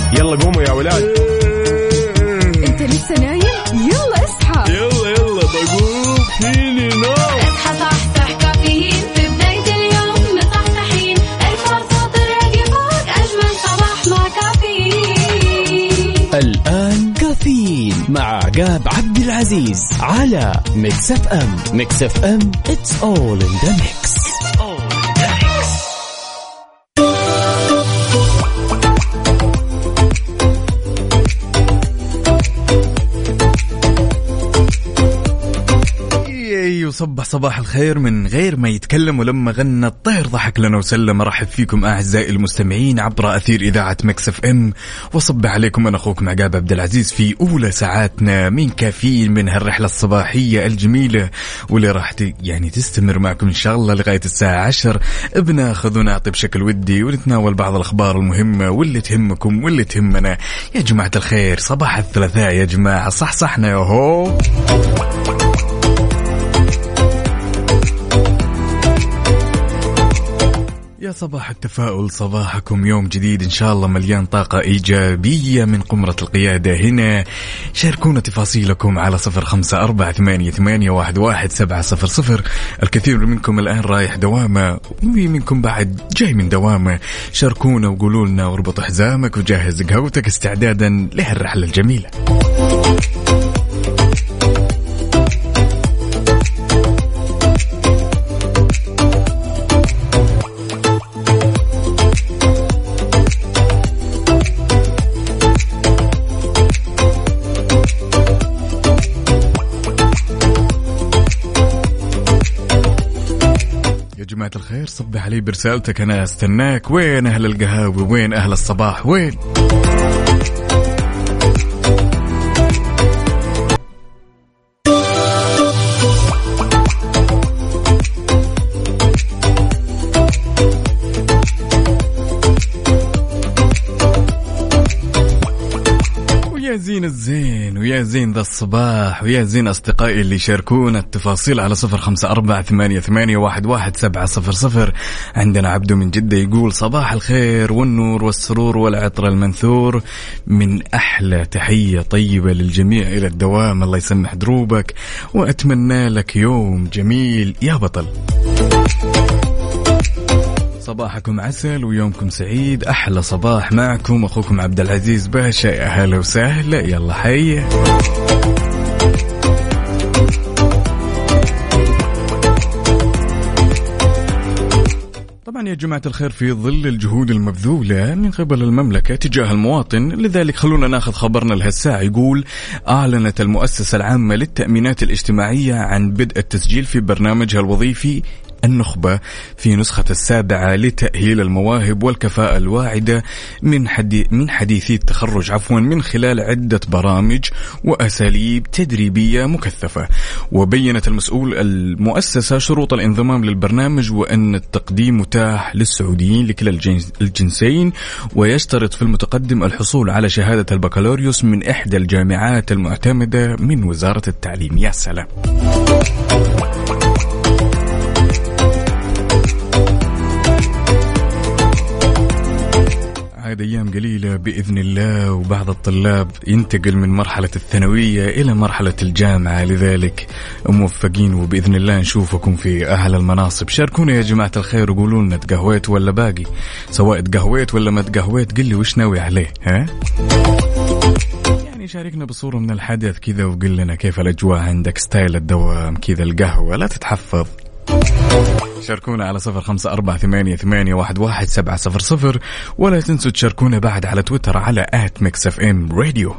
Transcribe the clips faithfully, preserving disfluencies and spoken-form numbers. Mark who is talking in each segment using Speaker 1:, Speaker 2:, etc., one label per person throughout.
Speaker 1: يلا قوموا يا ولاد.
Speaker 2: انت لسه نايم؟ يلا اصحى.
Speaker 1: يلا يلا بقوم فيني نوم.
Speaker 3: اصحى صحصح كافيين في بداية اليوم مصحصحين. الفرصة تراقي فوق أجمل صباح مع كافيين.
Speaker 4: الآن كافيين مع عقاب عبد العزيز على ميكس اف ام. ميكس اف ام it's all in the mix.
Speaker 5: وصبح صباح الخير من غير ما يتكلم، ولما غنى الطير ضحك لنا وسلم. رحب فيكم أعزائي المستمعين عبر أثير إذاعة ميكس اف ام، وصب عليكم أنا أخوكم عقاب عبد العزيز في أولى ساعاتنا من كافيين من هالرحلة الصباحية الجميلة واللي راح يعني تستمر معكم إن شاء الله لغاية الساعة عشر. بناخذ ونعطي بشكل ودي ونتناول بعض الأخبار المهمة واللي تهمكم واللي تهمنا. يا جماعة الخير صباح الثلاثاء يا جماعة، صح صحنا يا هو. يا صباح التفاؤل، صباحكم يوم جديد إن شاء الله مليان طاقة إيجابية من قمرة القيادة هنا. شاركونا تفاصيلكم على صفر خمسة أربعة ثمانية ثمانية واحد واحد سبعة صفر صفر. الكثير منكم الآن رايح دوامة ومنكم بعد جاي من دوامة. شاركونا وقولوا لنا واربط حزامك وجهز قهوتك استعدادا لهالرحلة الجميلة. جماعة الخير صب علي برسالتك، أنا استناك. وين أهل القهاوي؟ وين أهل الصباح؟ وين؟ يا زين الزين ويا زين ذا الصباح ويا زين أصدقائي اللي يشاركونا التفاصيل على صفر خمسة أربعة ثمانية ثمانية واحد واحد سبعة صفر صفر. عندنا عبدو من جدة يقول صباح الخير والنور والسرور والعطر المنثور، من أحلى تحية طيبة للجميع إلى الدوام، الله يسمح دروبك وأتمنى لك يوم جميل يا بطل. صباحكم عسل ويومكم سعيد. أحلى صباح معكم أخوكم عبد العزيز باشا. يا هلا وسهلا، يلا حي. طبعا يا جماعة الخير في ظل الجهود المبذولة من قبل المملكة تجاه المواطن، لذلك خلونا ناخذ خبرنا لهالساعة. يقول أعلنت المؤسسة العامة للتأمينات الاجتماعية عن بدء التسجيل في برنامجها الوظيفي النخبة في نسخة السابعة لتأهيل المواهب والكفاءة الواعدة من حدي من حديثي التخرج عفوا من خلال عدة برامج وأساليب تدريبية مكثفة. وبينت المسؤول المؤسسة شروط الانضمام للبرنامج وأن التقديم متاح للسعوديين لكلا الجنسين، ويشترط في المتقدم الحصول على شهادة البكالوريوس من إحدى الجامعات المعتمدة من وزارة التعليم. يا سلام. هذه أيام قليلة بإذن الله، وبعض الطلاب ينتقل من مرحلة الثانوية إلى مرحلة الجامعة، لذلك موفقين وبإذن الله نشوفكم في أعلى المناصب. شاركونا يا جماعة الخير وقولوا لنا تقهويت ولا باقي، سواء تقهويت ولا ما تقهويت قل لي وش ناوي عليه. ها يعني شاركنا بصورة من الحدث كذا وقل لنا كيف الأجواء عندك، ستايل الدوام كذا، القهوة لا تتحفظ. شاركونا على صفر خمسة أربعة ثمانية ثمانية واحد واحد سبعة صفر صفر، ولا تنسوا تشاركونا بعد على تويتر على آت ميكس اف ام راديو.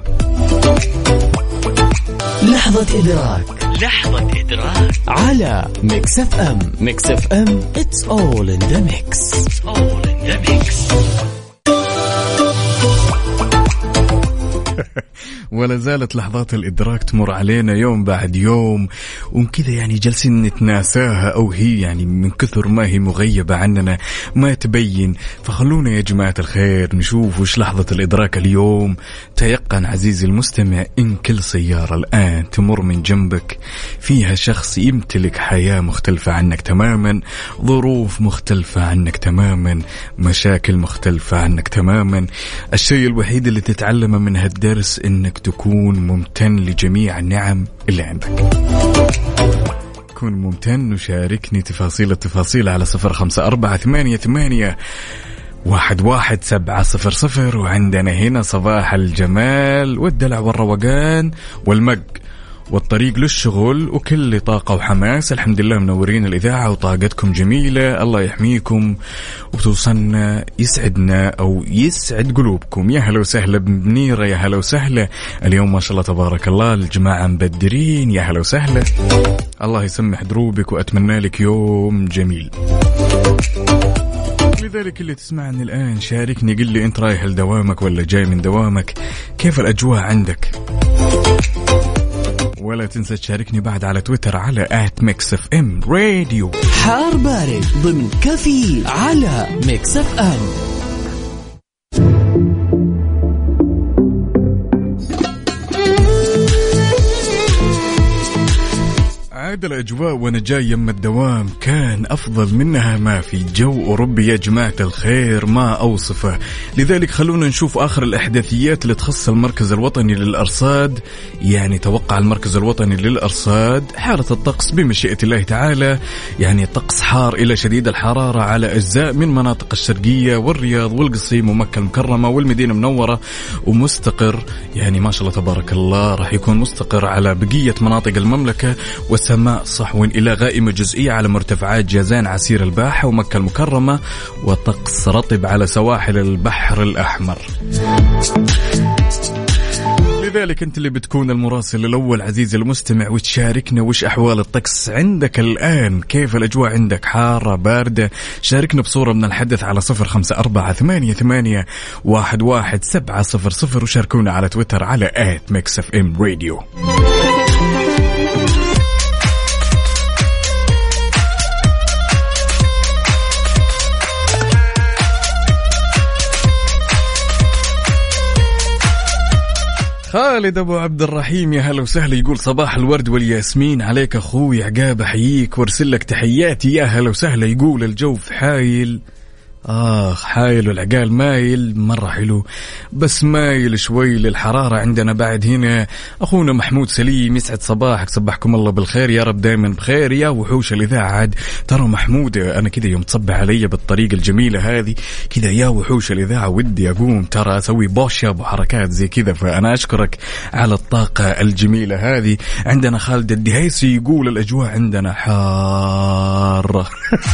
Speaker 4: لحظة إدراك لحظة إدراك على ميكس اف ام. ميكس اف ام it's all in the mix. It's all in the mix.
Speaker 5: ولا زالت لحظات الإدراك تمر علينا يوم بعد يوم وكذا يعني جالسين نتناساها أو هي يعني من كثر ما هي مغيبة عننا ما تبين. فخلونا يا جماعة الخير نشوف وش لحظة الإدراك اليوم. تيقن عزيزي المستمع إن كل سيارة الآن تمر من جنبك فيها شخص يمتلك حياة مختلفة عنك تماما، ظروف مختلفة عنك تماما، مشاكل مختلفة عنك تماما. الشيء الوحيد اللي تتعلمه من هالدرس إنك تكون ممتن لجميع النعم اللي عندك. كون ممتن وشاركني تفاصيل التفاصيل على صفر خمسة أربعة ثمانية ثمانية واحد واحد سبعة صفر صفر. وعندنا هنا صباح الجمال والدلع والروقان والمج والطريق للشغل وكل طاقة وحماس. الحمد لله منورين الإذاعة وطاقتكم جميلة، الله يحميكم وتوصلنا يسعدنا أو يسعد قلوبكم. يا هلا وسهلا بمنيرة، يا هلا وسهلا. اليوم ما شاء الله تبارك الله الجماعة مبدرين، يا هلا وسهلا. الله يسمح دروبك وأتمنى لك يوم جميل. لذلك اللي تسمعني الآن شاركني، قل لي أنت رايح لدوامك ولا جاي من دوامك، كيف الأجواء عندك؟ ولا تنسى تشاركني بعد على تويتر على آت ميكس اف ام راديو.
Speaker 4: حار بارد ضمن كفي على ميكس اف ام.
Speaker 5: عاد الأجواء وأنا جاي يم الدوام كان أفضل منها ما في. جو أوروبي يا جماعة الخير ما أوصفه. لذلك خلونا نشوف آخر الأحداثيات اللي تخص المركز الوطني للأرصاد. يعني توقع المركز الوطني للأرصاد حالة الطقس بمشيئة الله تعالى، يعني طقس حار إلى شديد الحرارة على أجزاء من مناطق الشرقية والرياض والقصيم ومكة المكرمة والمدينة المنورة، ومستقر يعني ما شاء الله تبارك الله راح يكون مستقر على بقية مناطق المملكة. والسماء صحو إلى غائمة جزئية على مرتفعات جازان عسير الباحة ومكة المكرمة، وطقس رطب على سواحل البحر الأحمر. لذلك أنت اللي بتكون المراسل الأول عزيزي المستمع وتشاركنا وش أحوال الطقس عندك الآن، كيف الأجواء عندك، حارة باردة؟ شاركنا بصورة من الحدث على صفر خمسة أربعة ثمانية ثمانية واحد واحد سبعة صفر صفر، وشاركونا على تويتر على آت ميكس اف ام راديو. خالد أبو عبد الرحيم يا هلا وسهلا، يقول صباح الورد والياسمين عليك أخوي عقاب، أحييك وارسل لك تحياتي. يا هلا وسهلا. يقول الجو في حايل، آه حايل والعقال مايل مرة حلو، بس مايل شوي للحرارة عندنا بعد هنا. أخونا محمود سليم يسعد صباحك، صبحكم الله بالخير يا رب دايما بخير يا وحوش الإذاعة. عاد ترى محمود أنا كده يوم تصبح علي بالطريقة الجميلة هذه كده يا وحوش الإذاعة ودي أقوم ترى أسوي بوشاب وحركات زي كذا، فأنا أشكرك على الطاقة الجميلة هذه. عندنا خالد الدهيسي يقول الأجواء عندنا حارة.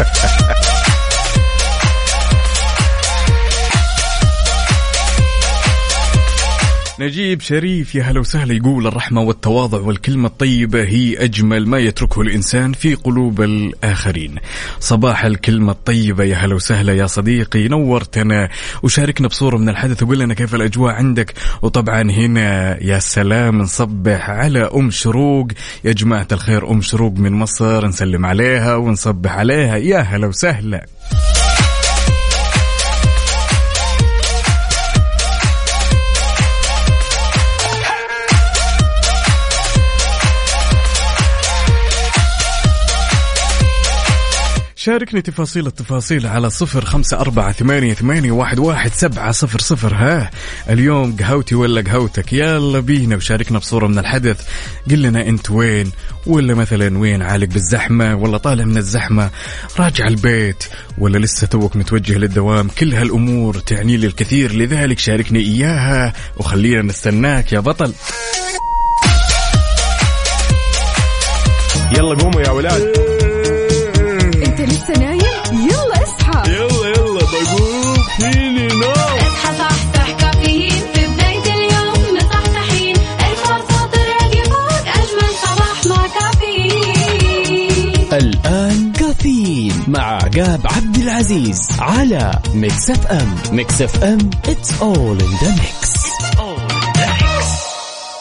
Speaker 5: نجيب شريف يا هلا وسهلا يقول الرحمة والتواضع والكلمة الطيبة هي أجمل ما يتركه الإنسان في قلوب الآخرين. صباح الكلمة الطيبة يا هلا وسهلا يا صديقي، نورتنا وشاركنا بصورة من الحدث وقول لنا كيف الأجواء عندك. وطبعا هنا يا سلام نصبح على أم شروق يا جماعة الخير، أم شروق من مصر نسلم عليها ونصبح عليها. يا هلا وسهلا. شاركني تفاصيل التفاصيل على صفر خمسة أربعة ثمانية ثمانية واحد واحد سبعة صفر صفر. ها اليوم قهوتي ولا قهوتك؟ يلا بينا وشاركنا بصورة من الحدث. قل لنا انت وين، ولا مثلا وين عالق بالزحمة، ولا طالع من الزحمة راجع البيت، ولا لسه توك متوجه للدوام. كل هالأمور تعني لي الكثير، لذلك شاركني إياها وخلينا نستناك يا بطل.
Speaker 1: يلا قوموا يا ولاد.
Speaker 2: لسه نايم؟ يلا اصحى.
Speaker 1: يلا يلا بقوم فيني نوم.
Speaker 3: اصحى صحصح كافيين في بداية اليوم مصحصحين، الفرصة تراقي فوق أجمل صباح مع كافيين.
Speaker 4: الآن كافيين مع عقاب عبد العزيز على ميكس اف ام. ميكس اف ام it's all in the mix.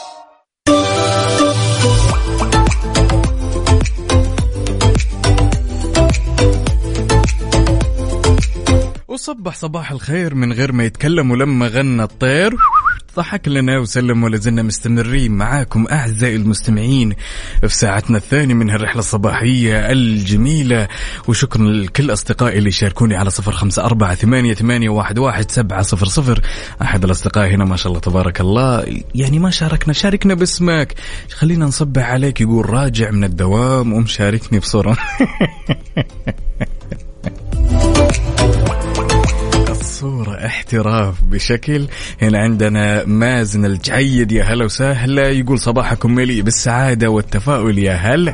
Speaker 5: صبح صباح الخير من غير ما يتكلم، ولما غنى الطير ضحك لنا وسلم، ولا زلنا مستمرين معاكم أعزائي المستمعين في ساعتنا الثانية من هالرحلة الصباحية الجميلة. وشكرا لكل أصدقائي اللي شاركوني على صفر خمسة أربعة ثمانية ثمانية واحد واحد سبعة صفر صفر. أحد الأصدقاء هنا ما شاء الله تبارك الله يعني ما شاركنا شاركنا باسمك، خلينا نصبح عليك. يقول راجع من الدوام ومشاركني بصورة صورة احتراف بشكل. هنا عندنا مازن الجيد، يا هلا وسهلا، يقول صباحكم مليء بالسعادة والتفاؤل، يا هلا.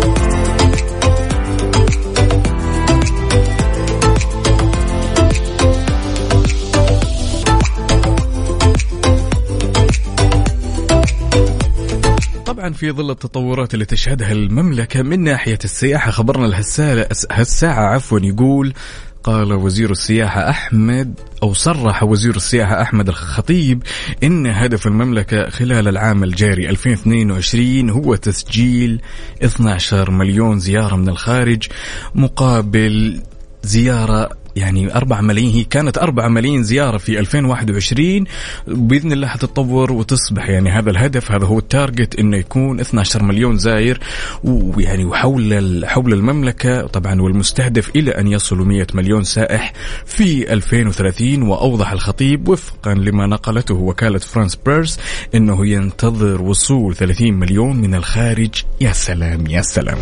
Speaker 5: طبعا في ظل التطورات اللي تشهدها المملكة من ناحية السياحة، خبرنا هالساعة عفوا يقول قال وزير السياحة أحمد أو صرح وزير السياحة أحمد الخطيب إن هدف المملكة خلال العام الجاري ألفين واثنين وعشرين هو تسجيل اثني عشر مليون زيارة من الخارج مقابل زيارة يعني أربعة ملايين. هي كانت أربعة ملايين زيارة في ألفين وواحد وعشرين، بإذن الله حتتطور وتصبح يعني هذا الهدف، هذا هو التارجت، إنه يكون اثني عشر مليون زائر ويعني وحول حول المملكة طبعا، والمستهدف إلى أن يصلوا مئة مليون سائح في ألفين وثلاثين. وأوضح الخطيب وفقا لما نقلته وكالة فرانس بيرس إنه ينتظر وصول ثلاثين مليون من الخارج. يا سلام يا سلام،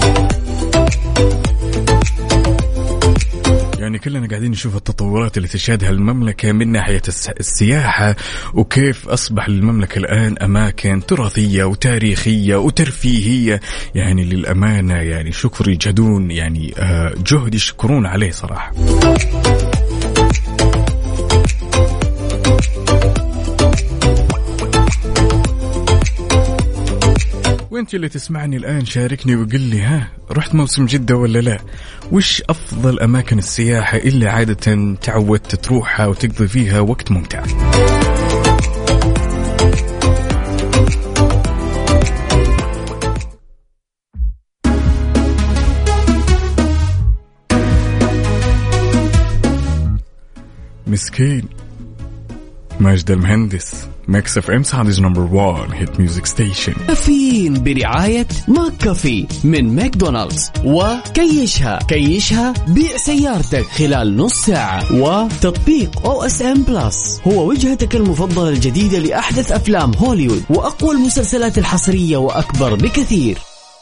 Speaker 5: يعني كلنا قاعدين نشوف التطورات اللي تشهدها المملكة من ناحية السياحة، وكيف أصبح المملكة الآن أماكن تراثية وتاريخية وترفيهية. يعني للأمانة يعني شكر يجهدون يعني جهد يشكرون عليه صراحة. وانت اللي تسمعني الآن شاركني وقل لي، ها رحت موسم جدة ولا لا؟ وش أفضل أماكن السياحة اللي عادة تعودت تروحها وتقضي فيها وقت ممتع؟ مسكين ماجد المهندس. ميكس اف ام سعوديز نمبر واحد هيت ميوزك ستيشن.
Speaker 4: كافيين برعاية ماك كافي من ماكدونالدز، وكيشها كيشها بيع سيارتك خلال نص ساعة، وتطبيق او اس ام بلس هو وجهتك المفضلة الجديدة لأحدث أفلام هوليوود وأقوى المسلسلات الحصرية وأكبر بكثير.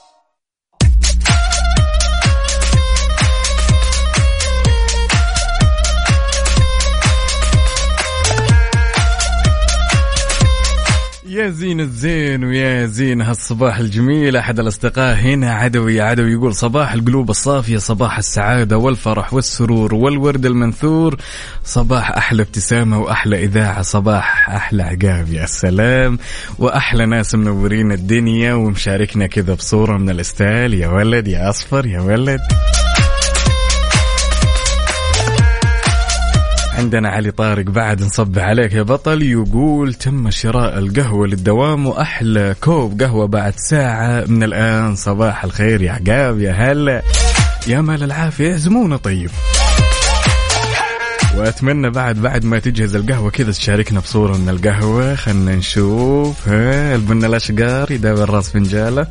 Speaker 5: يا زين الزين ويا زين هالصباح الجميل. أحد الأصدقاء هنا عدوي عدوي يقول صباح القلوب الصافية، صباح السعادة والفرح والسرور والورد المنثور، صباح أحلى ابتسامة وأحلى إذاعة، صباح أحلى عقاب. يا سلام، وأحلى ناس منورين الدنيا ومشاركنا كذا بصورة من الاستال. يا ولد يا أصفر يا ولد. عندنا علي طارق بعد نصبح عليك يا بطل، يقول تم شراء القهوة للدوام وأحلى كوب قهوة بعد ساعة من الآن. صباح الخير يا عقاب، يا هلا، يا مال العافية، اعزمونا طيب. وأتمنى بعد بعد ما تجهز القهوة كذا تشاركنا بصورة من القهوة، خلنا نشوف. ها البن الأشقار يداوي الراس فنجالة.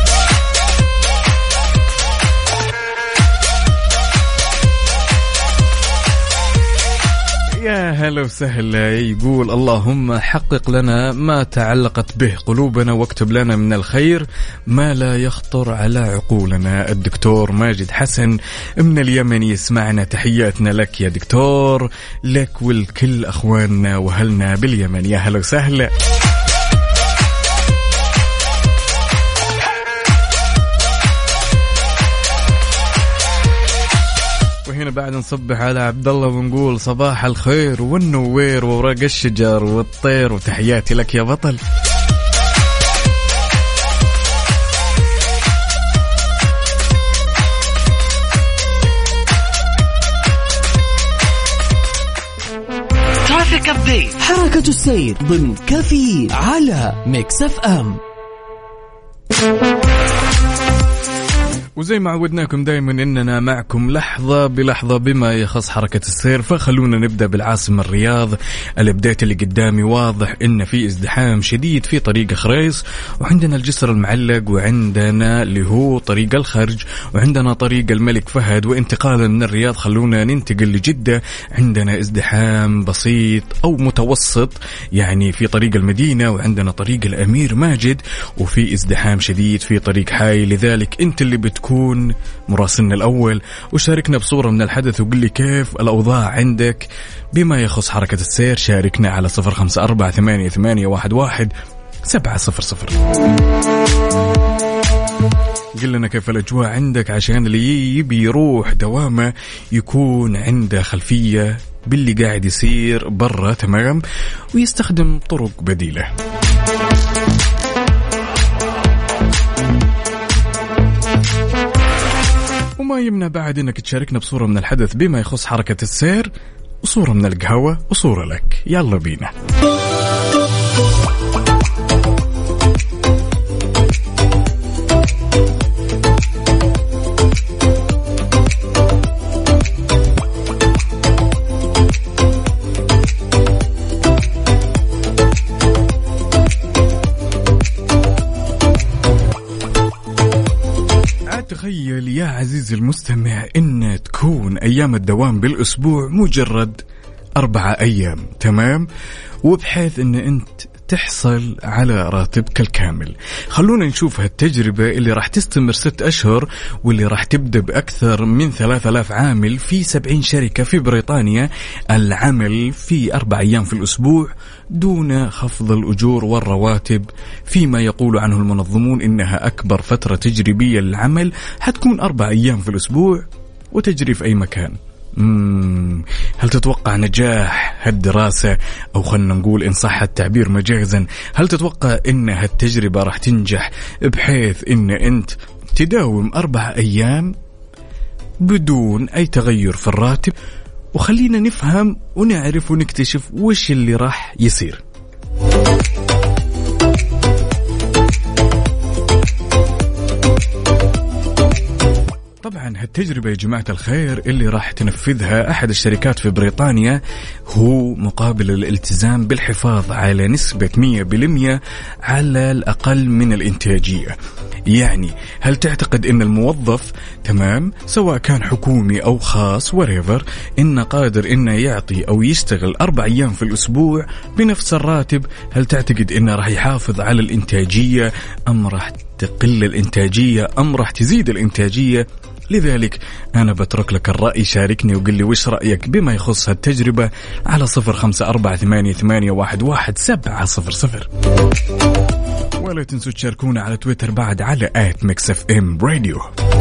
Speaker 5: يا هلا وسهلا. يقول اللهم حقق لنا ما تعلقت به قلوبنا واكتب لنا من الخير ما لا يخطر على عقولنا. الدكتور ماجد حسن من اليمن يسمعنا، تحياتنا لك يا دكتور، لك والكل أخواننا وهلنا باليمن. يا هلا وسهلا. هنا بعد نصبح على عبد الله ونقول صباح الخير والنوير وورق الشجر والطير، وتحياتي لك يا بطل.
Speaker 4: ترافيك أبديت، حركة السير ضمن كافيين على ميكس اف ام.
Speaker 5: وزي ما عودناكم دائما إننا معكم لحظة بلحظة بما يخص حركة السير. فخلونا نبدأ بالعاصمة الرياض. الابديت اللي قدامي واضح إن في ازدحام شديد في طريق خريص، وعندنا الجسر المعلق، وعندنا اللي هو طريق الخرج، وعندنا طريق الملك فهد. وانتقالا من الرياض خلونا ننتقل لجدة، عندنا ازدحام بسيط أو متوسط يعني في طريق المدينة، وعندنا طريق الأمير ماجد، وفي ازدحام شديد في طريق حاي. لذلك أنت اللي بتكون كون مراسلنا الأول وشاركنا بصورة من الحدث وقل لي كيف الأوضاع عندك بما يخص حركة السير. شاركنا على صفر خمسة أربعة ثمانية ثمانية واحد واحد سبعة صفر صفر. قل لنا كيف الأجواء عندك عشان اللي يبي يروح دوامه يكون عنده خلفية باللي قاعد يصير برا، تمام، ويستخدم طرق بديلة. وما يمنع بعد انك تشاركنا بصورة من الحدث بما يخص حركة السير، وصورة من القهوة وصورة لك. يلا بينا. تخيل يا عزيزي المستمع إن تكون أيام الدوام بالأسبوع مجرد أربعة أيام، تمام، وبحيث إن أنت تحصل على راتبك الكامل. خلونا نشوف هالتجربة اللي راح تستمر ست أشهر واللي راح تبدأ بأكثر من ثلاثة آلاف عامل في سبعين شركة في بريطانيا، العمل في أربع أيام في الأسبوع دون خفض الأجور والرواتب، فيما يقول عنه المنظمون إنها أكبر فترة تجريبية للعمل. حتكون أربع أيام في الأسبوع وتجري في أي مكان. مم. هل تتوقع نجاح هالدراسة، أو خلنا نقول إن صح التعبير مجازا، هل تتوقع إن هالتجربة راح تنجح بحيث إن أنت تداوم أربع أيام بدون أي تغير في الراتب؟ وخلينا نفهم ونعرف ونكتشف وش اللي راح يصير. طبعا هالتجربة يا جماعة الخير اللي راح تنفذها أحد الشركات في بريطانيا هو مقابل الالتزام بالحفاظ على نسبة مية بالمية على الأقل من الإنتاجية. يعني هل تعتقد أن الموظف، تمام، سواء كان حكومي أو خاص وريفر، إنه قادر إنه يعطي أو يشتغل أربع أيام في الأسبوع بنفس الراتب؟ هل تعتقد إنه راح يحافظ على الإنتاجية أم راح تقل الإنتاجية أم راح تزيد الإنتاجية؟ لذلك أنا بترك لك الرأي، شاركني وقل لي وش رأيك بما يخص هالتجربة على صفر خمسة أربعة ثمانية ثمانية واحد واحد سبعة صفر صفر. ولا تنسوا تشاركونا على تويتر بعد على آت ميكس اف ام راديو.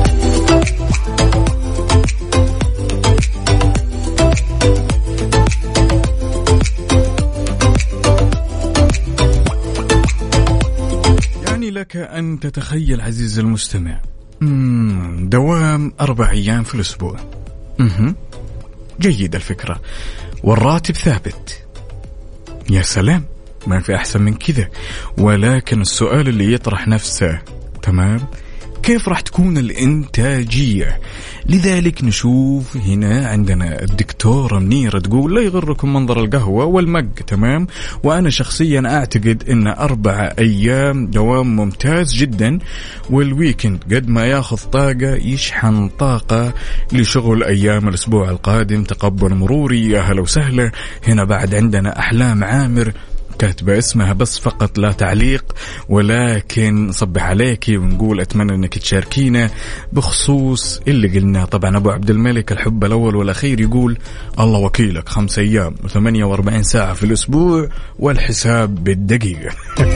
Speaker 5: يعني لك أن تتخيل عزيزي المستمع مم. دوام أربع أيام في الأسبوع. مه. جيد الفكرة، والراتب ثابت. يا سلام، ما في أحسن من كذا. ولكن السؤال اللي يطرح نفسه، تمام، كيف راح تكون الإنتاجية؟ لذلك نشوف هنا عندنا الدكتورة منيرة تقول لا يغركم منظر القهوة والمج، تمام، وأنا شخصيا أعتقد أن أربع أيام دوام ممتاز جدا، والويكند قد ما ياخذ طاقة يشحن طاقة لشغل أيام الأسبوع القادم. تقبل مروري، يا هلا وسهلا. هنا بعد عندنا أحلام عامر كاتبة اسمها بس فقط لا تعليق، ولكن صبح عليكي ونقول أتمنى أنك تشاركينا بخصوص اللي قلناه. طبعا أبو عبد الملك الحب الأول والأخير يقول الله وكيلك، خمس أيام وثمانية وأربعين ساعة في الأسبوع والحساب بالدقيقة.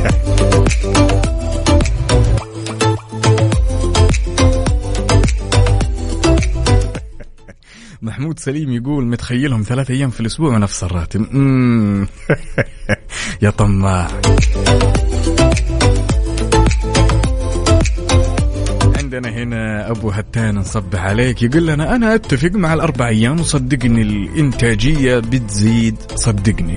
Speaker 5: محمود سليم يقول متخيلهم ثلاث أيام في الأسبوع ونفس الراتب. يا طماع. عندنا هنا أبو هتان نصبح عليك يقول لنا أنا أتفق مع الأربع أيام وصدقني الإنتاجية بتزيد، صدقني.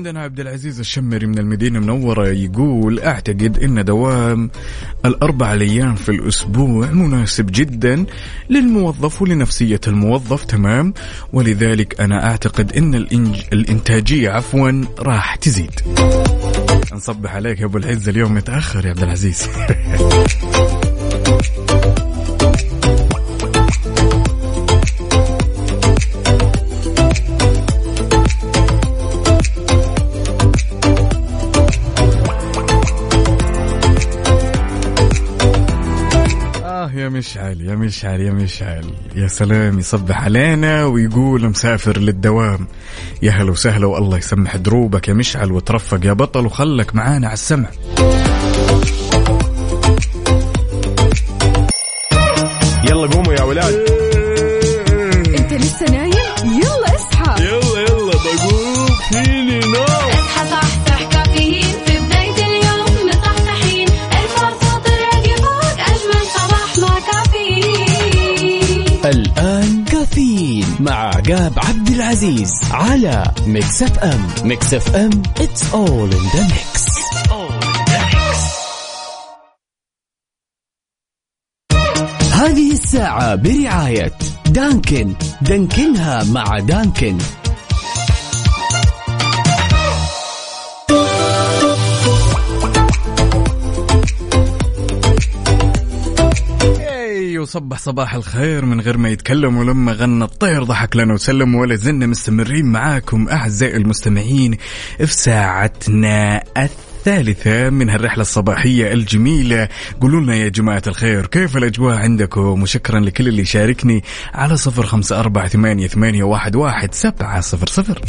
Speaker 5: عندنا عبد العزيز الشمري من المدينة المنورة يقول أعتقد أن دوام الأربع أيام في الأسبوع مناسب جدا للموظف ولنفسية الموظف. تمام، ولذلك أنا أعتقد أن الإنج... الإنتاجية عفوا راح تزيد. نصبح عليك يا أبو العز، اليوم متأخر يا عبد العزيز. يا مشعل يا مشعل يا مشعل يا سلام، يصبح علينا ويقول مسافر للدوام. يا هلا وسهلا، والله يسمح دروبك يا مشعل وترفق يا بطل وخلك معانا على السمع.
Speaker 1: يلا قوموا يا ولاد.
Speaker 2: انت لسه نايم؟ يلا اصحى.
Speaker 1: يلا يلا بقوم فيني نوم.
Speaker 3: اصحى صحصح كافيين في بداية اليوم مصحصحين، الفرصة تراك فوق أجمل صباح مع كافيين.
Speaker 4: الآن كافيين مع عقاب عبد العزيز على ميكس اف ام. ميكس اف ام it's all in the mix. هذه الساعة برعاية دانكن. دانكنها مع دانكن.
Speaker 5: وصبح صباح الخير من غير ما يتكلم، ولما غنى الطير ضحك لنا وسلم، ولا زلنا مستمرين معاكم أعزائي المستمعين في ساعتنا الثالثة من هالرحلة الصباحية الجميلة. قولوا لنا يا جماعة الخير كيف الأجواء عندكم، وشكرا لكل اللي شاركني على صفر خمسة أربعة ثمانية ثمانية واحد واحد سبعة صفر صفر.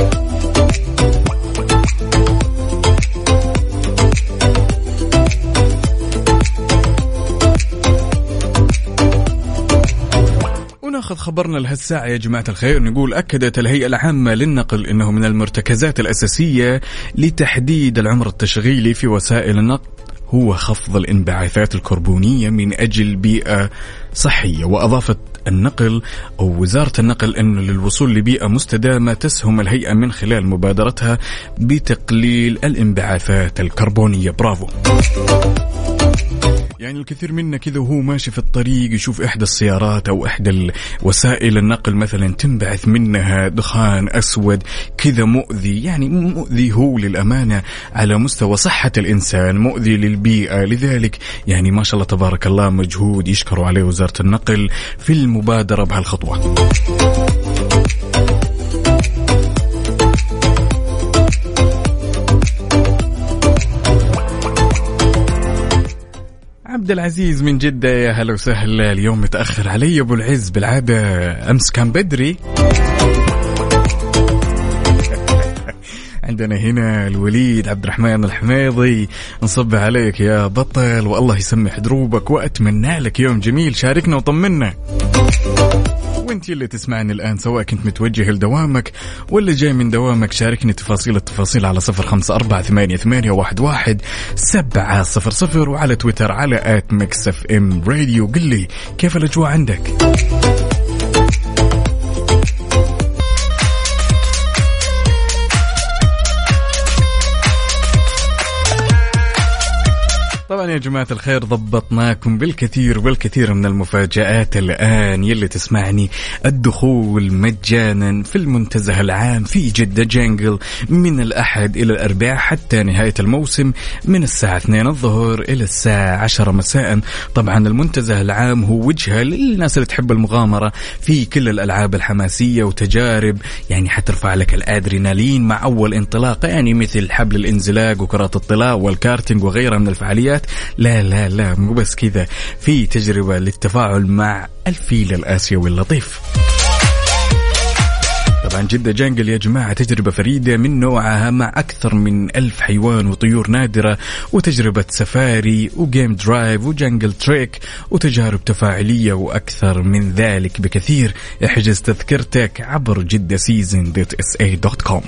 Speaker 5: ناخذ خبرنا لهالساعة يا جماعة الخير. نقول أكدت الهيئة العامة للنقل أنه من المرتكزات الأساسية لتحديد العمر التشغيلي في وسائل النقل هو خفض الانبعاثات الكربونية من أجل بيئة صحية. وأضافت النقل أو وزارة النقل أنه للوصول لبيئة مستدامة تسهم الهيئة من خلال مبادرتها بتقليل الانبعاثات الكربونية. برافو. يعني الكثير منا كذا وهو ماشي في الطريق يشوف إحدى السيارات أو إحدى وسائل النقل مثلا تنبعث منها دخان أسود كذا مؤذي، يعني مؤذي هو للأمانة على مستوى صحة الإنسان، مؤذي للبيئة. لذلك يعني ما شاء الله تبارك الله مجهود يشكروا عليه وزارة النقل في المبادرة بهالخطوة. عبد العزيز من جدة، يا هلا وسهلا. اليوم متأخر علي أبو العز، بالعادة أمس كان بدري. عندنا هنا الوليد عبد الرحمن الحميضي، نصب عليك يا بطل والله يسمح دروبك وأتمنى لك يوم جميل. شاركنا وطمنا. وانتي اللي تسمعني الآن سواء كنت متوجه لدوامك ولا جاي من دوامك، شاركني تفاصيل التفاصيل على صفر خمسة أربعة ثمانية ثمانية واحد واحد سبعة صفر صفر، وعلى تويتر على آت ميكس اف ام راديو. قل لي كيف الأجواء عندك؟ طبعا يا جماعة الخير ضبطناكم بالكثير والكثير من المفاجآت الآن. يلي تسمعني الدخول مجانا في المنتزه العام في جدة جانجل من الأحد إلى الأربعاء حتى نهاية الموسم من الساعة اثنين الظهر إلى الساعة عشرة مساء. طبعا المنتزه العام هو وجهة للناس اللي تحب المغامرة في كل الألعاب الحماسية وتجارب يعني حترفع لك الأدرينالين مع أول انطلاقة، يعني مثل حبل الانزلاق وكرات الطلاء والكارتينج وغيرها من الفعاليات. لا لا لا مو بس كذا، في تجربة للتفاعل مع الفيل الآسيوي اللطيف. طبعا جدة جانجل يا جماعة تجربة فريدة من نوعها مع أكثر من ألف حيوان وطيور نادرة، وتجربة سفاري وجيم درايف وجانجل تريك وتجارب تفاعلية وأكثر من ذلك بكثير. احجز تذكرتك عبر جدة سيزن دوت اس اي دوت كوم.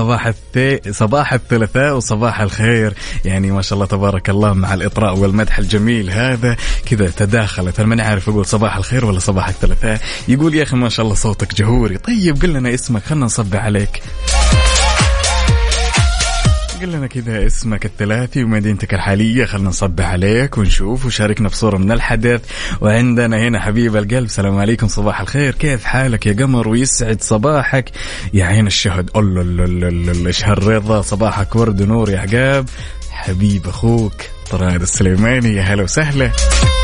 Speaker 5: صباح الثي صباح الثلاثاء وصباح الخير. يعني ما شاء الله تبارك الله مع الإطراء والمدح الجميل هذا كذا تداخلت. أنا ماني عارف أقول صباح الخير ولا صباح الثلاثاء. يقول يا أخي ما شاء الله صوتك جهوري. طيب قل لنا اسمك خلنا نصب عليك. قل لنا كذا اسمك الثلاثي ومدينتك الحالية خلنا نصب عليك ونشوف وشاركنا بصورة من الحدث. وعندنا هنا حبيب القلب السلام عليكم صباح الخير كيف حالك يا قمر ويسعد صباحك يا عين الشهد. الله الله الله الله ايش هالرضا. صباحك ورد ونور يا عقاب حبيب أخوك طراد السليماني يا هلا وسهلا.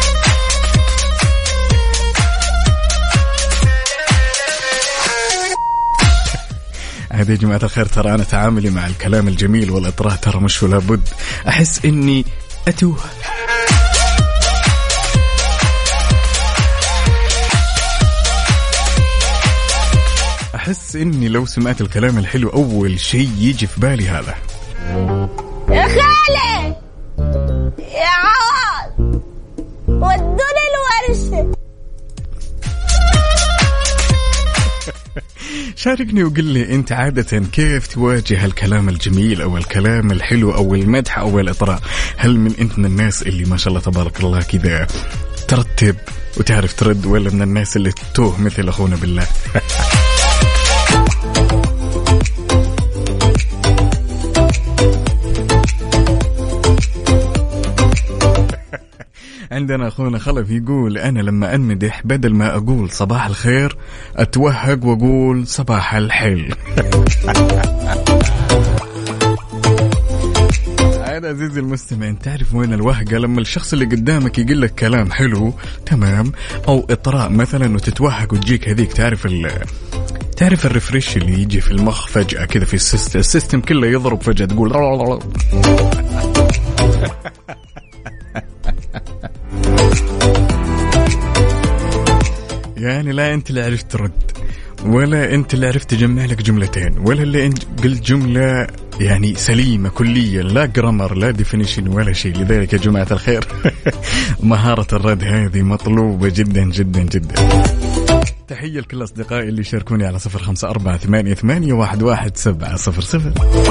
Speaker 5: هذه يا جماعة الخير ترى أنا تعاملي مع الكلام الجميل والإطراء ترى مش ولا بد أحس إني أتوه. أحس إني لو سمعت الكلام الحلو أول شيء يجي في بالي هذا
Speaker 6: يا خالي يا عوض ودوني الورشة.
Speaker 5: شاركني وقل لي أنت عادة كيف تواجه الكلام الجميل أو الكلام الحلو أو المدح أو الإطراء. هل من أنت من الناس اللي ما شاء الله تبارك الله كذا ترتب وتعرف ترد ولا من الناس اللي تتوه مثل أخونا بالله؟ عندنا أخونا خلف يقول أنا لما أنمدح بدل ما أقول صباح الخير أتوهق وأقول صباح الحل. هذا عزيزي المستمع أنت تعرف وين الوهقة لما الشخص اللي قدامك يقول لك كلام حلو تمام أو إطراء مثلا وتتوهق وتجيك هذيك تعرف ال تعرف الريفريش اللي يجي في المخ فجأة كذا في السيستم, السيستم كله يضرب فجأة تقول يعني لا أنت اللي عرفت ترد ولا أنت اللي عرفت تجمع لك جملتين ولا اللي أنت قلت جملة يعني سليمة كليا لا جرامر لا ديفينيشن ولا شيء. لذلك يا جماعة الخير مهارة الرد هذه مطلوبة جدا جدا جدا. تحية لكل أصدقائي اللي يشاركوني على صفر خمسة أربعة ثمانية ثمانية واحد واحد سبعة صفر صفر.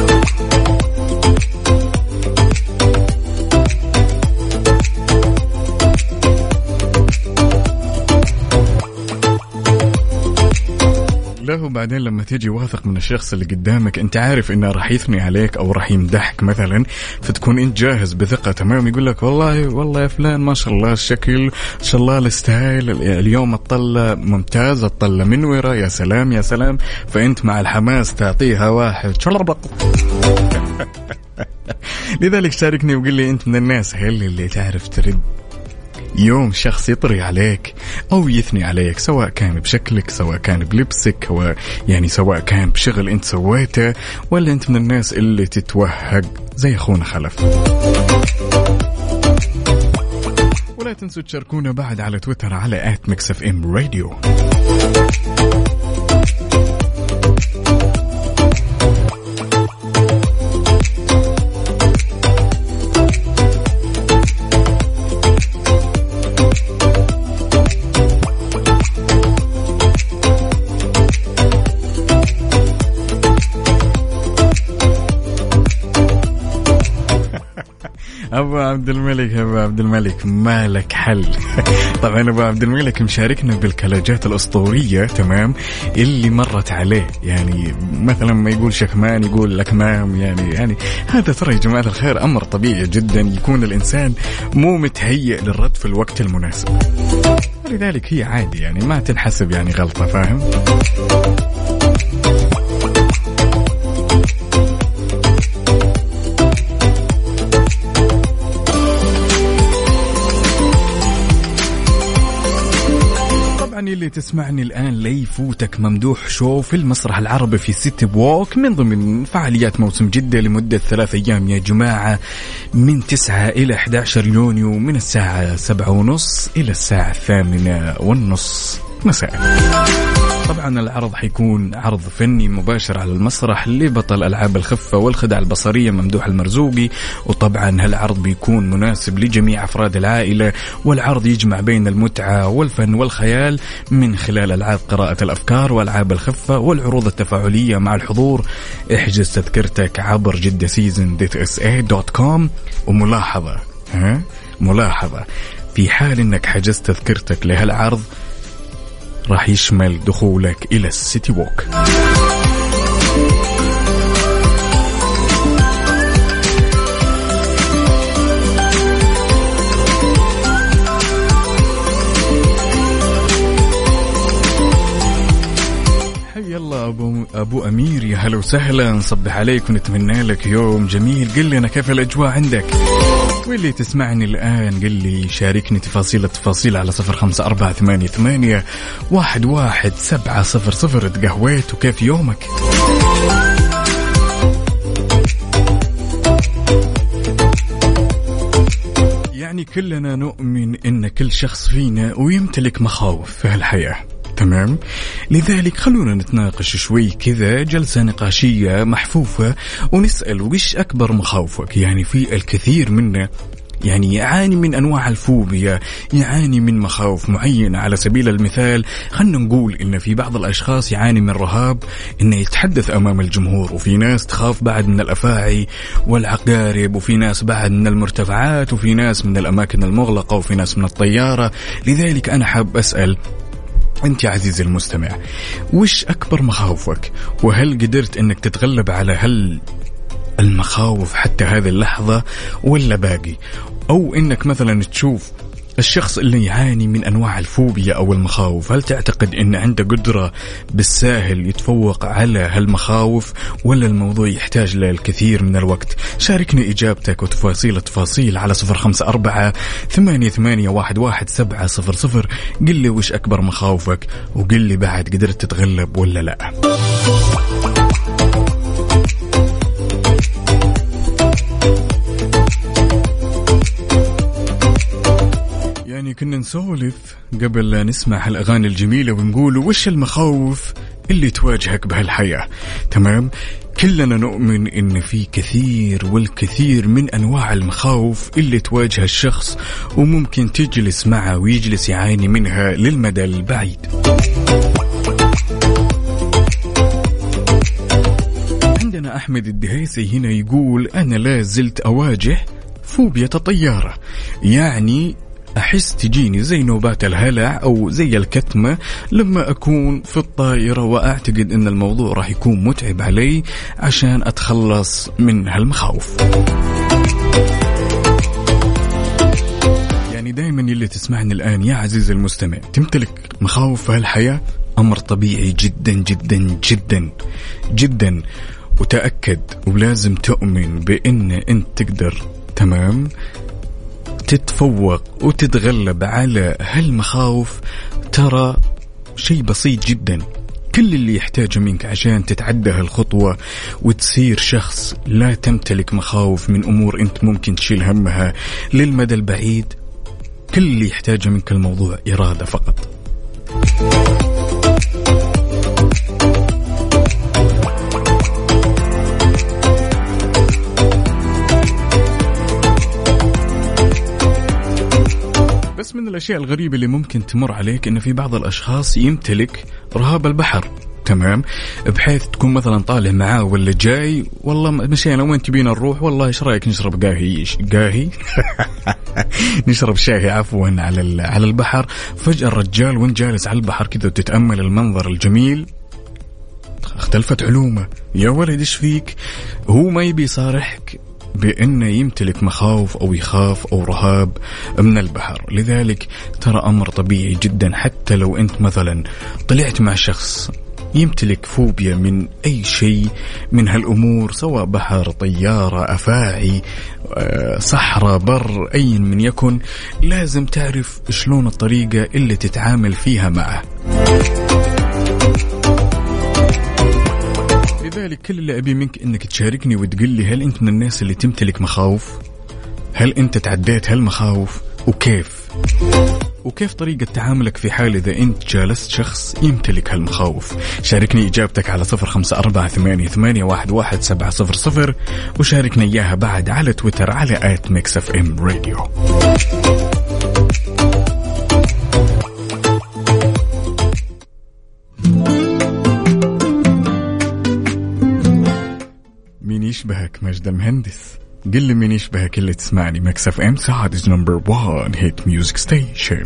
Speaker 5: له بعدين لما تيجي واثق من الشخص اللي قدامك انت عارف انه راح يثني عليك او راح يمدحك مثلا فتكون انت جاهز بثقة تمام. يقول لك والله والله يا فلان ما شاء الله الشكل ما شاء الله الستايل اليوم الطلة ممتازة الطلة منورة يا سلام يا سلام. فانت مع الحماس تعطيها واحد شربق. لذلك شاركني وقل لي انت من الناس هل اللي تعرف ترد يوم شخص يطري عليك أو يثني عليك سواء كان بشكلك سواء كان بلبسك هو يعني سواء كان بشغل أنت سويته ولا أنت من الناس اللي تتوهق زي أخونا خلف. ولا تنسوا تشاركونا بعد على تويتر على آت ميكس إف إم راديو. أبو عبد الملك أبو عبد الملك مالك حل. طبعا أبو عبد الملك مشاركنا بالكلاجات الأسطورية تمام اللي مرت عليه. يعني مثلا ما يقول شكمان يقول لكمام يعني يعني هذا ترى يا جماعة الخير أمر طبيعي جدا يكون الإنسان مو متهيئ للرد في الوقت المناسب. لذلك هي عادي يعني ما تنحسب يعني غلطة فاهم. اللي تسمعني الآن لا يفوتك ممدوح شو في المسرح العربي في سيتي ووك من ضمن فعاليات موسم جدة لمدة ثلاث أيام يا جماعة من تسعة إلى أحد عشر يونيو من الساعة سبعة ونص إلى الساعة الثامنة والنص مساء. طبعا العرض حيكون عرض فني مباشر على المسرح لبطل ألعاب الخفة والخدع البصرية ممدوح المرزوقي، وطبعا هالعرض بيكون مناسب لجميع أفراد العائلة، والعرض يجمع بين المتعة والفن والخيال من خلال ألعاب قراءة الأفكار وألعاب الخفة والعروض التفاعلية مع الحضور. احجز تذكرتك عبر جدة سيزن دوت اس اي دوت كوم. وملاحظة ها ملاحظة في حال انك حجزت تذكرتك لهالعرض راح يشمل دخولك إلى السيتي ووك. حي الله أبو, أبو أمير، يا هلا وسهلا، نصبح عليك ونتمنى لك يوم جميل. قل لي أنا كيف الأجواء عندك، واللي تسمعني الآن قل لي، شاركني تفاصيل التفاصيل على صفر خمسة أربعة ثمانية ثمانية واحد واحد سبعة صفر صفر. تقهويت وكيف يومك؟ يعني كلنا نؤمن إن كل شخص فينا ويمتلك مخاوف في هالحياة، تمام؟ لذلك خلونا نتناقش شوي كذا جلسة نقاشية محفوفة ونسأل وش أكبر مخاوفك. يعني في الكثير منا يعني يعاني من أنواع الفوبيا، يعاني من مخاوف معينة. على سبيل المثال خلنا نقول إن في بعض الأشخاص يعاني من رهاب إنه يتحدث أمام الجمهور، وفي ناس تخاف بعد من الأفاعي والعقارب، وفي ناس بعد من المرتفعات، وفي ناس من الأماكن المغلقة، وفي ناس من الطيارة. لذلك أنا حاب أسأل أنت يا عزيزي المستمع، وش أكبر مخاوفك؟ وهل قدرت أنك تتغلب على هل المخاوف حتى هذه اللحظة ولا باقي؟ أو أنك مثلا تشوف الشخص اللي يعاني من أنواع الفوبيا أو المخاوف، هل تعتقد أن عنده قدرة بالساهل يتفوق على هالمخاوف ولا الموضوع يحتاج للكثير من الوقت؟ شاركني إجابتك وتفاصيل التفاصيل على صفر خمسة أربعة ثمانية ثمانية واحد واحد سبعة صفر صفر. قل لي وش أكبر مخاوفك، وقل لي بعد قدرت تتغلب ولا لا. يعني كنا نسولف قبل لا نسمع هالأغاني الجميلة ونقول وش المخاوف اللي تواجهك بهالحياة، تمام؟ كلنا نؤمن إن في كثير والكثير من أنواع المخاوف اللي تواجه الشخص، وممكن تجلس معه ويجلس يعاني منها للمدى البعيد. عندنا أحمد الدهيسي هنا يقول أنا لا زلت أواجه فوبيا الطيارة، يعني أحس تجيني زي نوبات الهلع أو زي الكتمة لما أكون في الطائرة، وأعتقد أن الموضوع راح يكون متعب علي عشان أتخلص من هالمخاوف. يعني دايما اللي تسمعني الآن يا عزيزي المستمع تمتلك مخاوف في هالحياة، أمر طبيعي جدا جدا جدا جدا، وتأكد ولازم تؤمن بأن أنت تقدر، تمام، تتفوق وتتغلب على هالمخاوف. ترى شيء بسيط جدا، كل اللي يحتاجه منك عشان تتعدى هالخطوة وتصير شخص لا تمتلك مخاوف من أمور أنت ممكن تشيل همها للمدى البعيد، كل اللي يحتاجه منك الموضوع إرادة فقط. بس من الأشياء الغريبة اللي ممكن تمر عليك إن في بعض الأشخاص يمتلك رهاب البحر، تمام، بحيث تكون مثلا طالع معاه ولا جاي، والله مشينا وين تبينا نروح، والله إيش رأيك نشرب قاهي قاهي نشرب شاهي عفوا على على البحر. فجأة الرجال وين جالس على البحر كذا وتتأمل المنظر الجميل اختلفت علومه. يا ولد إيش فيك؟ هو ما يبي يصارحك بأنه يمتلك مخاوف أو يخاف أو رهاب من البحر. لذلك ترى أمر طبيعي جدا، حتى لو أنت مثلا طلعت مع شخص يمتلك فوبيا من أي شيء من هالأمور، سواء بحر، طيارة، أفاعي، صحراء، بر، أي من يكن، لازم تعرف شلون الطريقة اللي تتعامل فيها معه. لذلك كل اللي أبي منك إنك تشاركني وتقول لي هل أنت من الناس اللي تمتلك مخاوف؟ هل أنت تعديت هالمخاوف وكيف؟ وكيف طريقة تعاملك في حال إذا أنت جالست شخص يمتلك هالمخاوف؟ شاركني إجابتك على صفر خمسة أربعة ثمانية ثمانية واحد واحد سبعة صفر صفر، وشاركنا إياها بعد على تويتر على آت ميكس اف ام راديو. مين يشبهك مجد المهندس؟ قل لي مين يشبهك اللي تسمعني. ميكس اف ام سعادة نمبر وان هيت ميوزك ستيشن.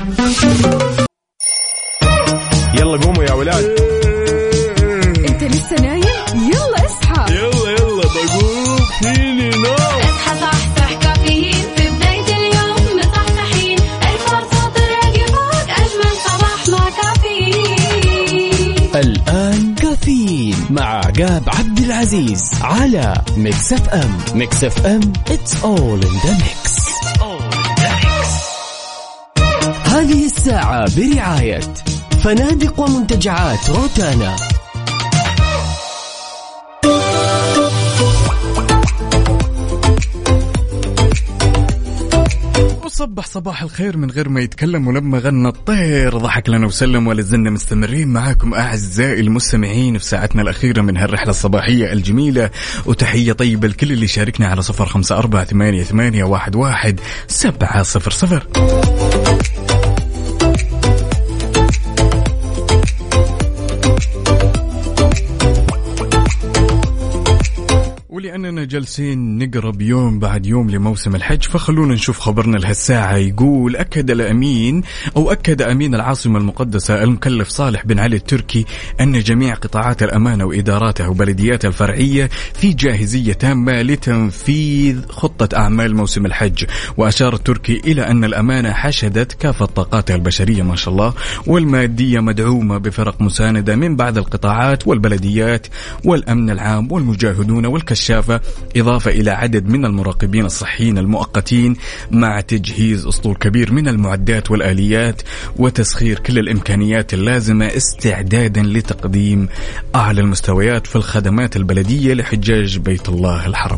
Speaker 1: يلا قوموا يا ولاد.
Speaker 2: انت لسه نايم؟ يلا اصحى.
Speaker 1: يلا يلا بقوم فيني نوم.
Speaker 3: اصحى صحصح كافيين في بداية اليوم مصحصحين، الفرصة تراقي فوق أجمل صباح مع كافيين.
Speaker 4: الآن كافيين مع عقاب عبد العزيز على ميكس اف ام. ميكس اف ام it's all in the mix. هذه الساعة برعاية فنادق ومنتجعات روتانا.
Speaker 5: صبح صباح الخير من غير ما يتكلم، ولما غنى الطير ضحك لنا وسلم. ولازلنا مستمرين معاكم أعزائي المستمعين في ساعتنا الأخيرة من هالرحلة الصباحية الجميلة. وتحية طيبة لكل اللي شاركنا على صفر خمسة أربعة ثمانية ثمانية واحد واحد سبعة صفر صفر. ولأننا جالسين نقرب يوم بعد يوم لموسم الحج، فخلونا نشوف خبرنا لهالساعة. يقول أكد الأمين أو أكد أمين العاصمة المقدسة المكلف صالح بن علي التركي أن جميع قطاعات الأمانة وإداراتها وبلدياتها الفرعية في جاهزية تامة لتنفيذ خطة أعمال موسم الحج. وأشار التركي إلى أن الأمانة حشدت كافة طاقاتها البشرية ما شاء الله والمادية، مدعومة بفرق مساندة من بعض القطاعات والبلديات والأمن العام والمجاهدون والكشافين، إضافة إلى عدد من المراقبين الصحيين المؤقتين، مع تجهيز أسطول كبير من المعدات والآليات وتسخير كل الإمكانيات اللازمة استعدادا لتقديم أعلى المستويات في الخدمات البلدية لحجاج بيت الله الحرام.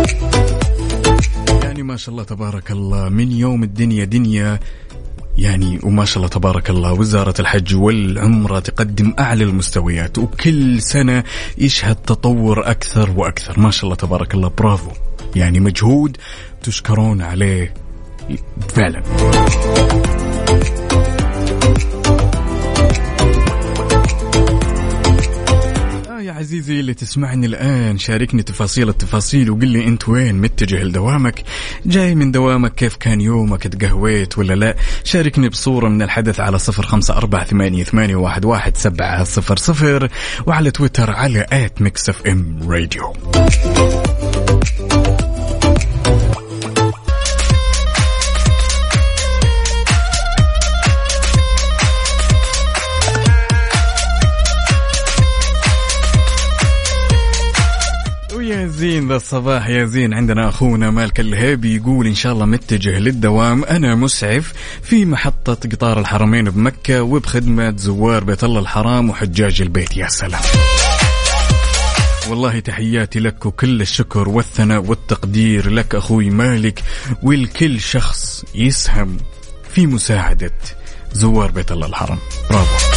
Speaker 5: يعني ما شاء الله تبارك الله من يوم الدنيا دنيا يعني، وما شاء الله تبارك الله وزارة الحج والعمرة تقدم أعلى المستويات، وكل سنة يشهد تطور أكثر وأكثر. ما شاء الله تبارك الله، برافو، يعني مجهود تشكرون عليه فعلا. يا عزيزي اللي تسمعني الآن، شاركني تفاصيل التفاصيل وقل لي أنت وين متجه لدوامك. جاي من دوامك؟ كيف كان يومك؟ تقهويت ولا لا؟ شاركني بصورة من الحدث على صفر خمسة أربعة ثمانية ثمانية واحد واحد سبعة صفر صفر، وعلى تويتر على آت ميكس اف ام راديو. يا زين ذا الصباح يا زين. عندنا أخونا مالك الهيبي يقول إن شاء الله متجه للدوام، أنا مسعف في محطة قطار الحرمين بمكة وبخدمة زوار بيت الله الحرام وحجاج البيت. يا سلام، والله تحياتي لك وكل الشكر والثناء والتقدير لك أخوي مالك والكل شخص يسهم في مساعدة زوار بيت الله الحرام. برافو.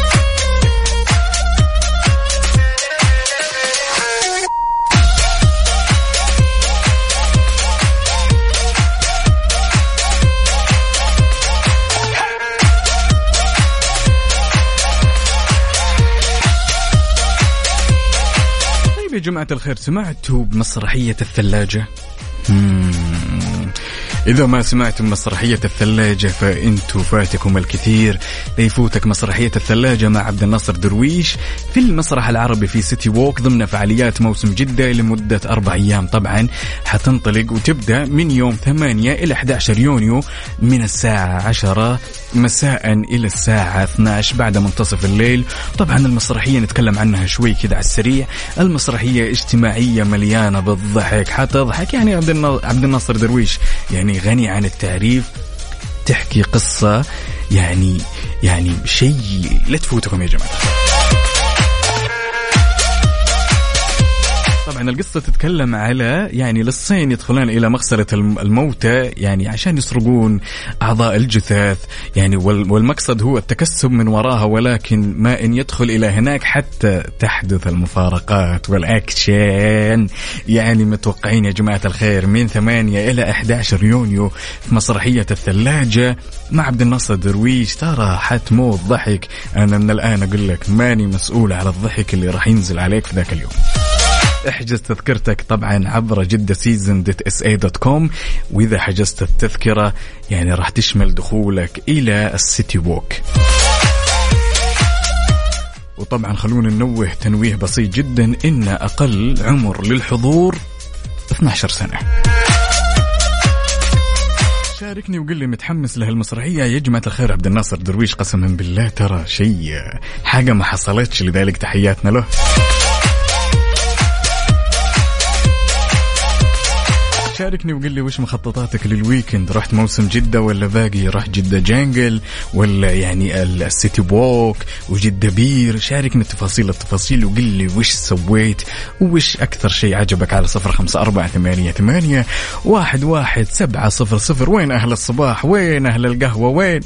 Speaker 5: يا جماعة الخير، سمعتوا بمسرحية الثلاجة؟ مم. إذا ما سمعتم مسرحية الثلاجة فإنتوا فاتكم الكثير. ليفوتك مسرحية الثلاجة مع عبد الناصر درويش في المسرح العربي في سيتي ووك ضمن فعاليات موسم جدة لمدة أربع أيام. طبعا حتنطلق وتبدأ من يوم ثمانية إلى أحد عشر يونيو من الساعة عشرة مساء إلى الساعة اثنتي عشرة بعد منتصف الليل. طبعا المسرحية نتكلم عنها شوي كده على السريع. المسرحية اجتماعية مليانة بالضحك، حتضحك. يعني عبد الناصر درويش يعني غني عن التعريف، تحكي قصة يعني يعني شيء لا تفوتكم يا جماعة. طبعا القصة تتكلم على يعني للصين يدخلون إلى مغسلة الموتى يعني عشان يسرقون أعضاء الجثث يعني، والمقصد هو التكسب من وراها، ولكن ما إن يدخل إلى هناك حتى تحدث المفارقات والأكشن. يعني متوقعين يا جماعة الخير من ثمانية إلى أحد عشر يونيو في مسرحية الثلاجة مع عبد الناصر درويش. ترى حتموت ضحك. أنا من الآن أقول لك ماني مسؤول على الضحك اللي راح ينزل عليك في ذاك اليوم. احجز تذكرتك طبعا عبر جدة سيزن دوت اس اي دوت كوم، وإذا حجزت التذكرة يعني راح تشمل دخولك إلى السيتي ووك. وطبعا خلونا ننوه تنويه بسيط جدا إن أقل عمر للحضور اثنتي عشرة سنة. شاركني وقل لي متحمس لهالمسرحية يا جماعة الخير. عبد الناصر درويش قسما بالله ترى شيء حاجة ما حصلتش، لذلك تحياتنا له. شاركني وقل لي وش مخططاتك للويكند. رحت موسم جدة ولا باقي؟ رحت جدة جانجل ولا يعني السيتي ووك وجدة بير؟ شاركني تفاصيل التفاصيل وقل لي وش سويت وش أكثر شيء عجبك على صفر خمسة أربعة ثمانية ثمانية واحد واحد سبعة صفر صفر. وين أهل الصباح؟ وين أهل القهوة؟ وين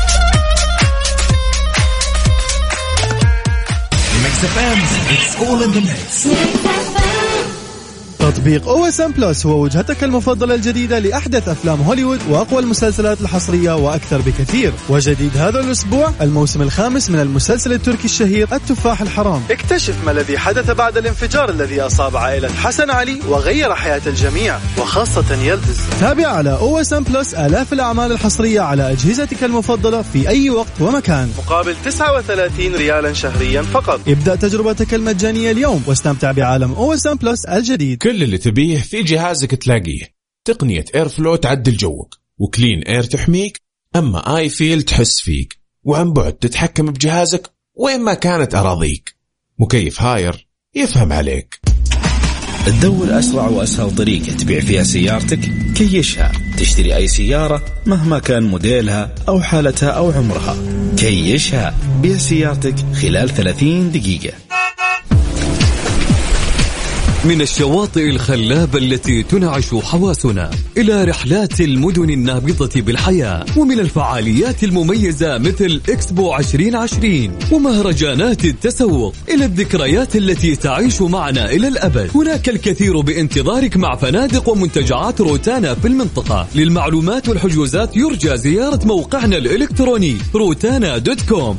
Speaker 7: تطبيق أو إس إم بلس هو وجهتك المفضلة الجديدة لأحدث أفلام هوليوود وأقوى المسلسلات الحصرية وأكثر بكثير. وجديد هذا الأسبوع الموسم الخامس من المسلسل التركي الشهير التفاح الحرام. اكتشف ما الذي حدث بعد الانفجار الذي أصاب عائلة حسن علي وغير حياة الجميع وخاصة يلدز. تابع على أو إس إم بلس آلاف الأعمال الحصرية على أجهزتك المفضلة في أي وقت ومكان مقابل تسعة وثلاثين ريالا شهريا فقط. ابدأ تجربتك المجانية اليوم واستمتع بعالم أو إس إم بلس الجديد.
Speaker 8: كل اللي تبيه في جهازك تلاقيه. تقنية اير فلو تعدل جوك، وكلين اير تحميك، اما اي فيل تحس فيك، وعن بعد تتحكم بجهازك وين ما كانت اراضيك. مكيف هاير يفهم عليك.
Speaker 9: تدور أسرع وأسهل طريقة تبيع فيها سيارتك؟ كيشها. تشتري أي سيارة مهما كان موديلها أو حالتها أو عمرها، كيشها. بيع سيارتك خلال ثلاثين دقيقة.
Speaker 10: من الشواطئ الخلابة التي تنعش حواسنا إلى رحلات المدن النابضة بالحياة، ومن الفعاليات المميزة مثل إكسبو عشرين عشرين ومهرجانات التسوق إلى الذكريات التي تعيش معنا إلى الأبد. هناك الكثير بانتظارك مع فنادق ومنتجعات روتانا في المنطقة. للمعلومات والحجوزات يرجى زيارة موقعنا الإلكتروني روتانا دوت كوم.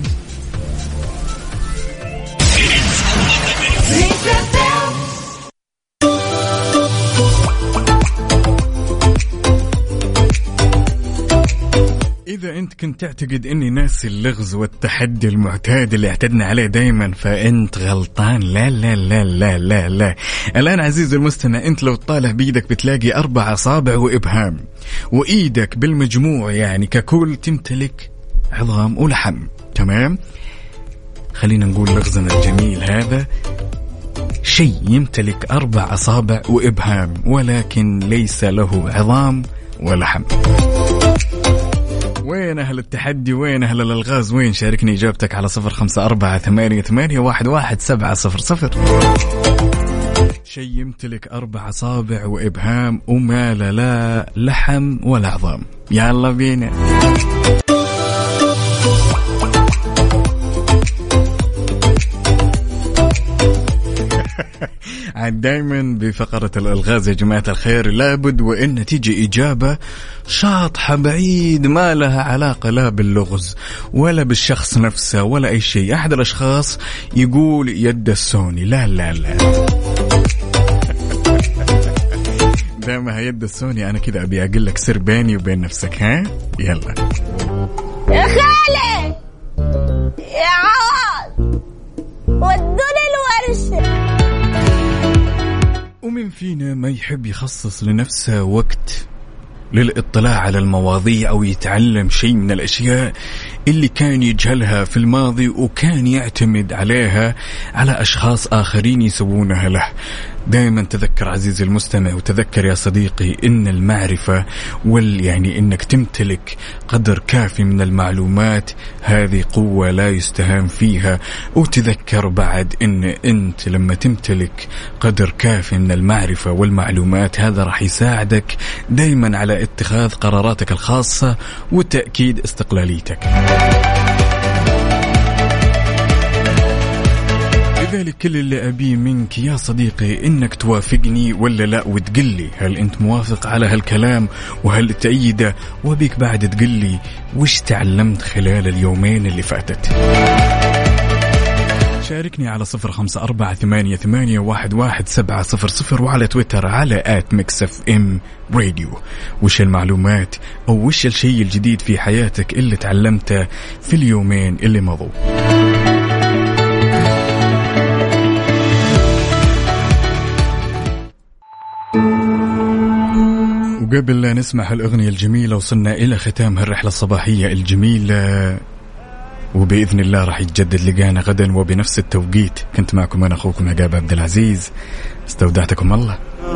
Speaker 5: إذا أنت كنت تعتقد أني ناس اللغز والتحدي المعتاد اللي اعتدنا عليه دايما فأنت غلطان. لا لا لا لا لا لا. الآن عزيزي المستمع أنت لو تطالع بيدك بتلاقي أربع أصابع وإبهام، وإيدك بالمجموع يعني ككل تمتلك عظام ولحم. تمام؟ خلينا نقول لغزنا الجميل هذا: شيء يمتلك أربع أصابع وإبهام ولكن ليس له عظام ولحم. وين أهل التحدي؟ وين أهل الألغاز؟ وين؟ شاركني إجابتك على صفر خمسة أربعة ثمانية ثمانية واحد واحد سبعة صفر صفر. شيء يمتلك أربع أصابع وإبهام وما لا لحم ولا عظام. يلا بينا. عاد دايما بفقرة الألغاز يا جماعة الخير لابد وإن تيجي إجابة شاطحة بعيد ما لها علاقة لا باللغز ولا بالشخص نفسه ولا أي شيء. أحد الأشخاص يقول يد السوني. لا لا لا دامها يد السوني أنا كده أبي أقول لك سر بيني وبين نفسك. ها يلا
Speaker 6: يا خالي يا عوض ودوني الورشة.
Speaker 5: ومن فينا ما يحب يخصص لنفسه وقت للاطلاع على المواضيع أو يتعلم شيء من الأشياء اللي كان يجهلها في الماضي وكان يعتمد عليها على أشخاص آخرين يسوونها له. دائما تذكر عزيزي المستمع وتذكر يا صديقي إن المعرفة وال يعني إنك تمتلك قدر كافي من المعلومات هذه قوة لا يستهان فيها. وتذكر بعد إن أنت لما تمتلك قدر كافي من المعرفة والمعلومات هذا راح يساعدك دائما على اتخاذ قراراتك الخاصة وتأكيد استقلاليتك. لذلك كل اللي أبيه منك يا صديقي إنك توافقني ولا لا، وتقلي هل أنت موافق على هالكلام وهل تأيده، وبيك بعد تقلي وش تعلمت خلال اليومين اللي فاتت. شاركني على صفر خمسة أربعة ثمانية ثمانية واحد واحد سبعة صفر صفر وعلى تويتر على آت ميكس اف ام راديو. وش المعلومات أو وش الشيء الجديد في حياتك اللي تعلمته في اليومين اللي مضوا. وقبل لا نسمع الأغنية الجميلة وصلنا إلى ختام هالرحلة الصباحية الجميلة، وبإذن الله راح يتجدد لقانا غدا وبنفس التوقيت. كنت معكم أنا أخوكم عقاب عبد العزيز، استودعتكم الله.